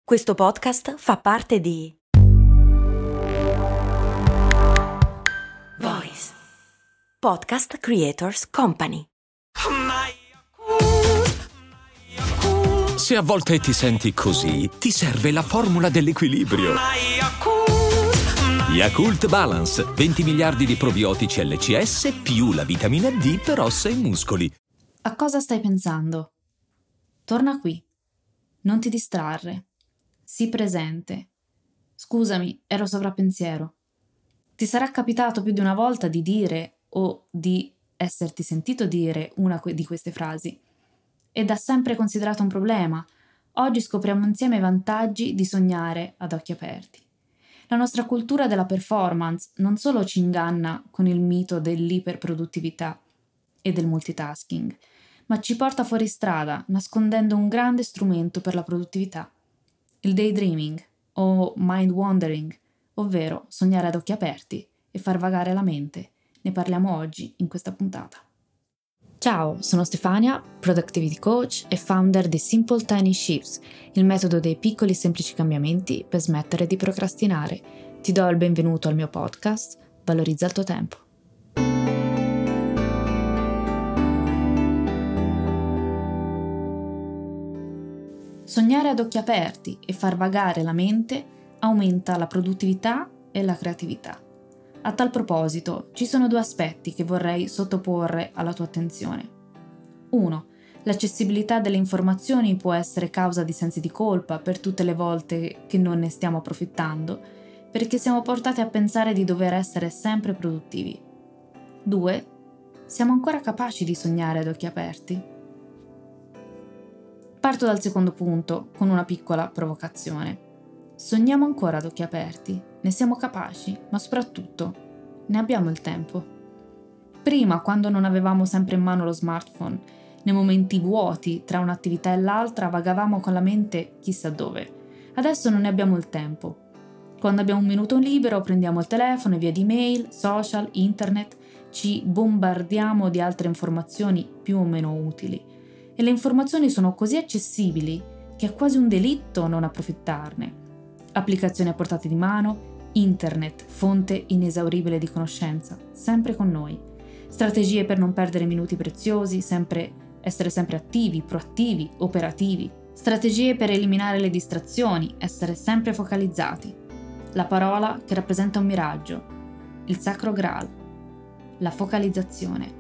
Questo podcast fa parte di Voice Podcast Creators Company. Se a volte ti senti così, ti serve la formula dell'equilibrio. Yakult Balance, 20 miliardi di probiotici LCS più la vitamina D per ossa e muscoli. A cosa stai pensando? Torna qui. Non ti distrarre. Sii presente. Scusami, ero sovrappensiero. Ti sarà capitato più di una volta di dire o di esserti sentito dire una di queste frasi. Ed ha sempre considerato un problema. Oggi scopriamo insieme i vantaggi di sognare ad occhi aperti. La nostra cultura della performance non solo ci inganna con il mito dell'iperproduttività e del multitasking, ma ci porta fuori strada nascondendo un grande strumento per la produttività. Il daydreaming o mind wandering, ovvero sognare ad occhi aperti e far vagare la mente. Ne parliamo oggi in questa puntata. Ciao, sono Stefania, Productivity Coach e founder di Simple Tiny Shifts, il metodo dei piccoli e semplici cambiamenti per smettere di procrastinare. Ti do il benvenuto al mio podcast, Valorizza il tuo tempo. Sognare ad occhi aperti e far vagare la mente aumenta la produttività e la creatività. A tal proposito, ci sono due aspetti che vorrei sottoporre alla tua attenzione. 1. L'accessibilità delle informazioni può essere causa di sensi di colpa per tutte le volte che non ne stiamo approfittando, perché siamo portati a pensare di dover essere sempre produttivi. 2. Siamo ancora capaci di sognare ad occhi aperti? Parto dal secondo punto, con una piccola provocazione. Sogniamo ancora ad occhi aperti? Ne siamo capaci? Ma soprattutto, ne abbiamo il tempo? Prima, quando non avevamo sempre in mano lo smartphone, nei momenti vuoti tra un'attività e l'altra vagavamo con la mente chissà dove. Adesso non ne abbiamo il tempo. Quando abbiamo un minuto libero prendiamo il telefono e via di mail, social, internet, ci bombardiamo di altre informazioni più o meno utili. E le informazioni sono così accessibili che è quasi un delitto non approfittarne. Applicazioni a portata di mano, internet, fonte inesauribile di conoscenza, sempre con noi. Strategie per non perdere minuti preziosi, essere sempre attivi, proattivi, operativi. Strategie per eliminare le distrazioni, essere sempre focalizzati. La parola che rappresenta un miraggio, il sacro Graal, la focalizzazione.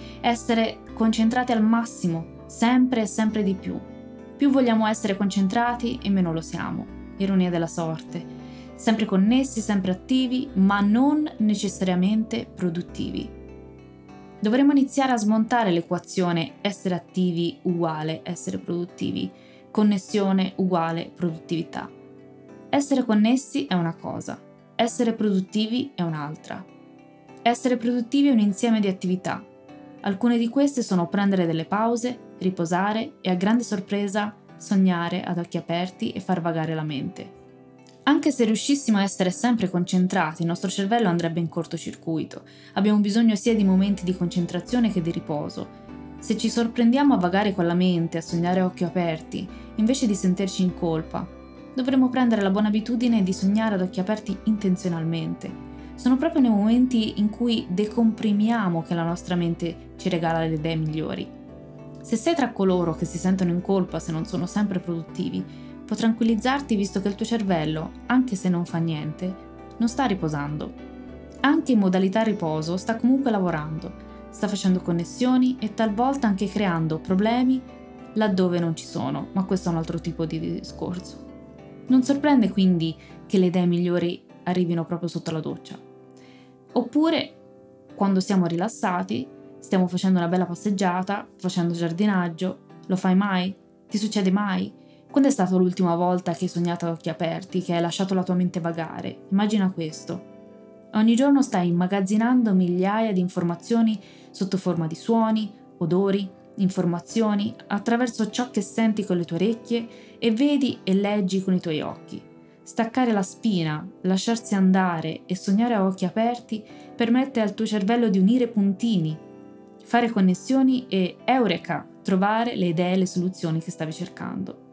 Essere concentrati al massimo, sempre e sempre di più. Più vogliamo essere concentrati e meno lo siamo. Ironia della sorte. Sempre connessi, sempre attivi, ma non necessariamente produttivi. Dovremmo iniziare a smontare l'equazione essere attivi uguale essere produttivi, connessione uguale produttività. Essere connessi è una cosa, essere produttivi è un'altra. Essere produttivi è un insieme di attività. Alcune di queste sono prendere delle pause, riposare e a grande sorpresa sognare ad occhi aperti e far vagare la mente. Anche se riuscissimo a essere sempre concentrati, il nostro cervello andrebbe in cortocircuito. Abbiamo bisogno sia di momenti di concentrazione che di riposo. Se ci sorprendiamo a vagare con la mente, a sognare a occhi aperti, invece di sentirci in colpa, dovremmo prendere la buona abitudine di sognare ad occhi aperti intenzionalmente. Sono proprio nei momenti in cui decomprimiamo che la nostra mente ci regala le idee migliori. Se sei tra coloro che si sentono in colpa se non sono sempre produttivi, può tranquillizzarti visto che il tuo cervello, anche se non fa niente, non sta riposando. Anche in modalità riposo sta comunque lavorando, sta facendo connessioni e talvolta anche creando problemi laddove non ci sono, ma questo è un altro tipo di discorso. Non sorprende quindi che le idee migliori arrivino proprio sotto la doccia. Oppure, quando siamo rilassati, stiamo facendo una bella passeggiata, facendo giardinaggio, lo fai mai? Ti succede mai? Quando è stata l'ultima volta che hai sognato ad occhi aperti, che hai lasciato la tua mente vagare? Immagina questo. Ogni giorno stai immagazzinando migliaia di informazioni sotto forma di suoni, odori, informazioni, attraverso ciò che senti con le tue orecchie e vedi e leggi con i tuoi occhi. Staccare la spina, lasciarsi andare e sognare a occhi aperti permette al tuo cervello di unire puntini, fare connessioni e, eureka, trovare le idee e le soluzioni che stavi cercando.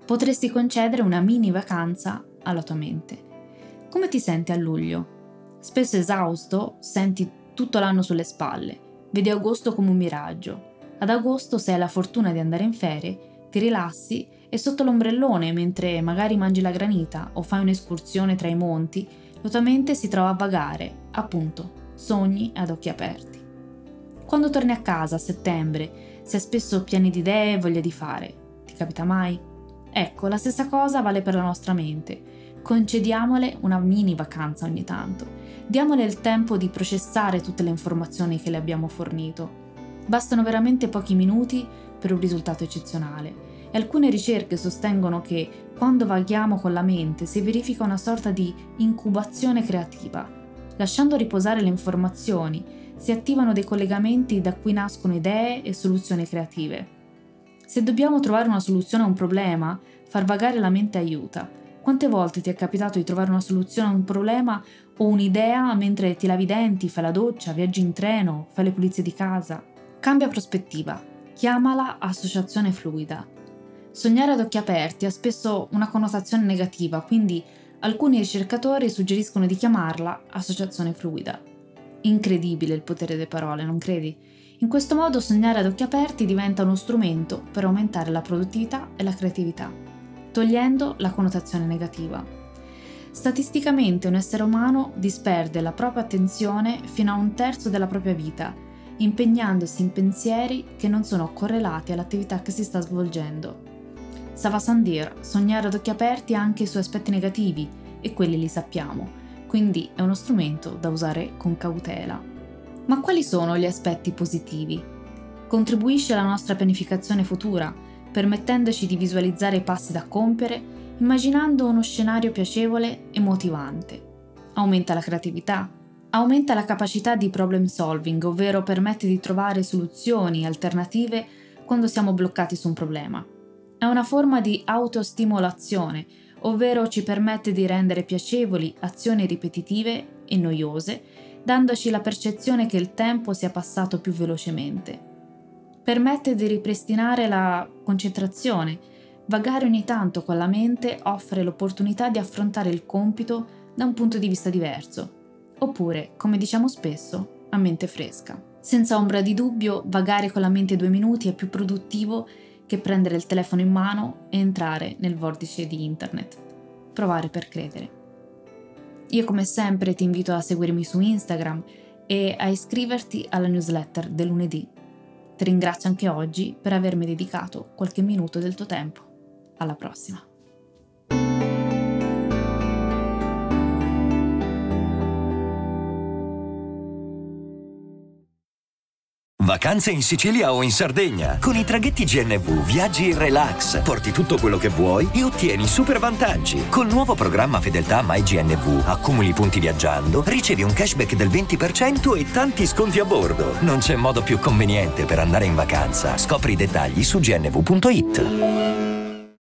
potresti concedere una mini vacanza alla tua mente. Come ti senti a luglio? Spesso esausto, senti tutto l'anno sulle spalle, vedi agosto come un miraggio. Ad agosto, se hai la fortuna di andare in ferie, ti rilassi e sotto l'ombrellone, mentre magari mangi la granita o fai un'escursione tra i monti, la tua mente si trova a vagare, appunto, sogni ad occhi aperti. Quando torni a casa a settembre, sei spesso pieni di idee e voglia di fare. Ti capita mai? Ecco, la stessa cosa vale per la nostra mente. Concediamole una mini vacanza ogni tanto. Diamole il tempo di processare tutte le informazioni che le abbiamo fornito. Bastano veramente pochi minuti per un risultato eccezionale. E alcune ricerche sostengono che quando vaghiamo con la mente si verifica una sorta di incubazione creativa. Lasciando riposare le informazioni, si attivano dei collegamenti da cui nascono idee e soluzioni creative. Se dobbiamo trovare una soluzione a un problema, far vagare la mente aiuta. Quante volte ti è capitato di trovare una soluzione a un problema o un'idea mentre ti lavi i denti, fai la doccia, viaggi in treno, fai le pulizie di casa? Cambia prospettiva. Chiamala associazione fluida. Sognare ad occhi aperti ha spesso una connotazione negativa, quindi alcuni ricercatori suggeriscono di chiamarla associazione fluida. Incredibile il potere delle parole, non credi? In questo modo sognare ad occhi aperti diventa uno strumento per aumentare la produttività e la creatività, togliendo la connotazione negativa. Statisticamente un essere umano disperde la propria attenzione fino a 1/3 della propria vita, impegnandosi in pensieri che non sono correlati all'attività che si sta svolgendo. Savasandir, sognare ad occhi aperti ha anche i suoi aspetti negativi, e quelli li sappiamo, quindi è uno strumento da usare con cautela. Ma quali sono gli aspetti positivi? Contribuisce alla nostra pianificazione futura, permettendoci di visualizzare i passi da compiere, immaginando uno scenario piacevole e motivante. Aumenta la creatività, aumenta la capacità di problem solving, ovvero permette di trovare soluzioni alternative quando siamo bloccati su un problema. È una forma di autostimolazione, ovvero ci permette di rendere piacevoli azioni ripetitive e noiose, dandoci la percezione che il tempo sia passato più velocemente. Permette di ripristinare la concentrazione. Vagare ogni tanto con la mente offre l'opportunità di affrontare il compito da un punto di vista diverso, oppure, come diciamo spesso, a mente fresca. Senza ombra di dubbio, vagare con la mente 2 minuti è più produttivo che prendere il telefono in mano e entrare nel vortice di internet. Provare per credere. Io come sempre ti invito a seguirmi su Instagram e a iscriverti alla newsletter del lunedì. Ti ringrazio anche oggi per avermi dedicato qualche minuto del tuo tempo. Alla prossima. Vacanze in Sicilia o in Sardegna. Con i traghetti GNV viaggi in relax, porti tutto quello che vuoi e ottieni super vantaggi. Col nuovo programma Fedeltà MyGNV accumuli punti viaggiando, ricevi un cashback del 20% e tanti sconti a bordo. Non c'è modo più conveniente per andare in vacanza. Scopri i dettagli su gnv.it.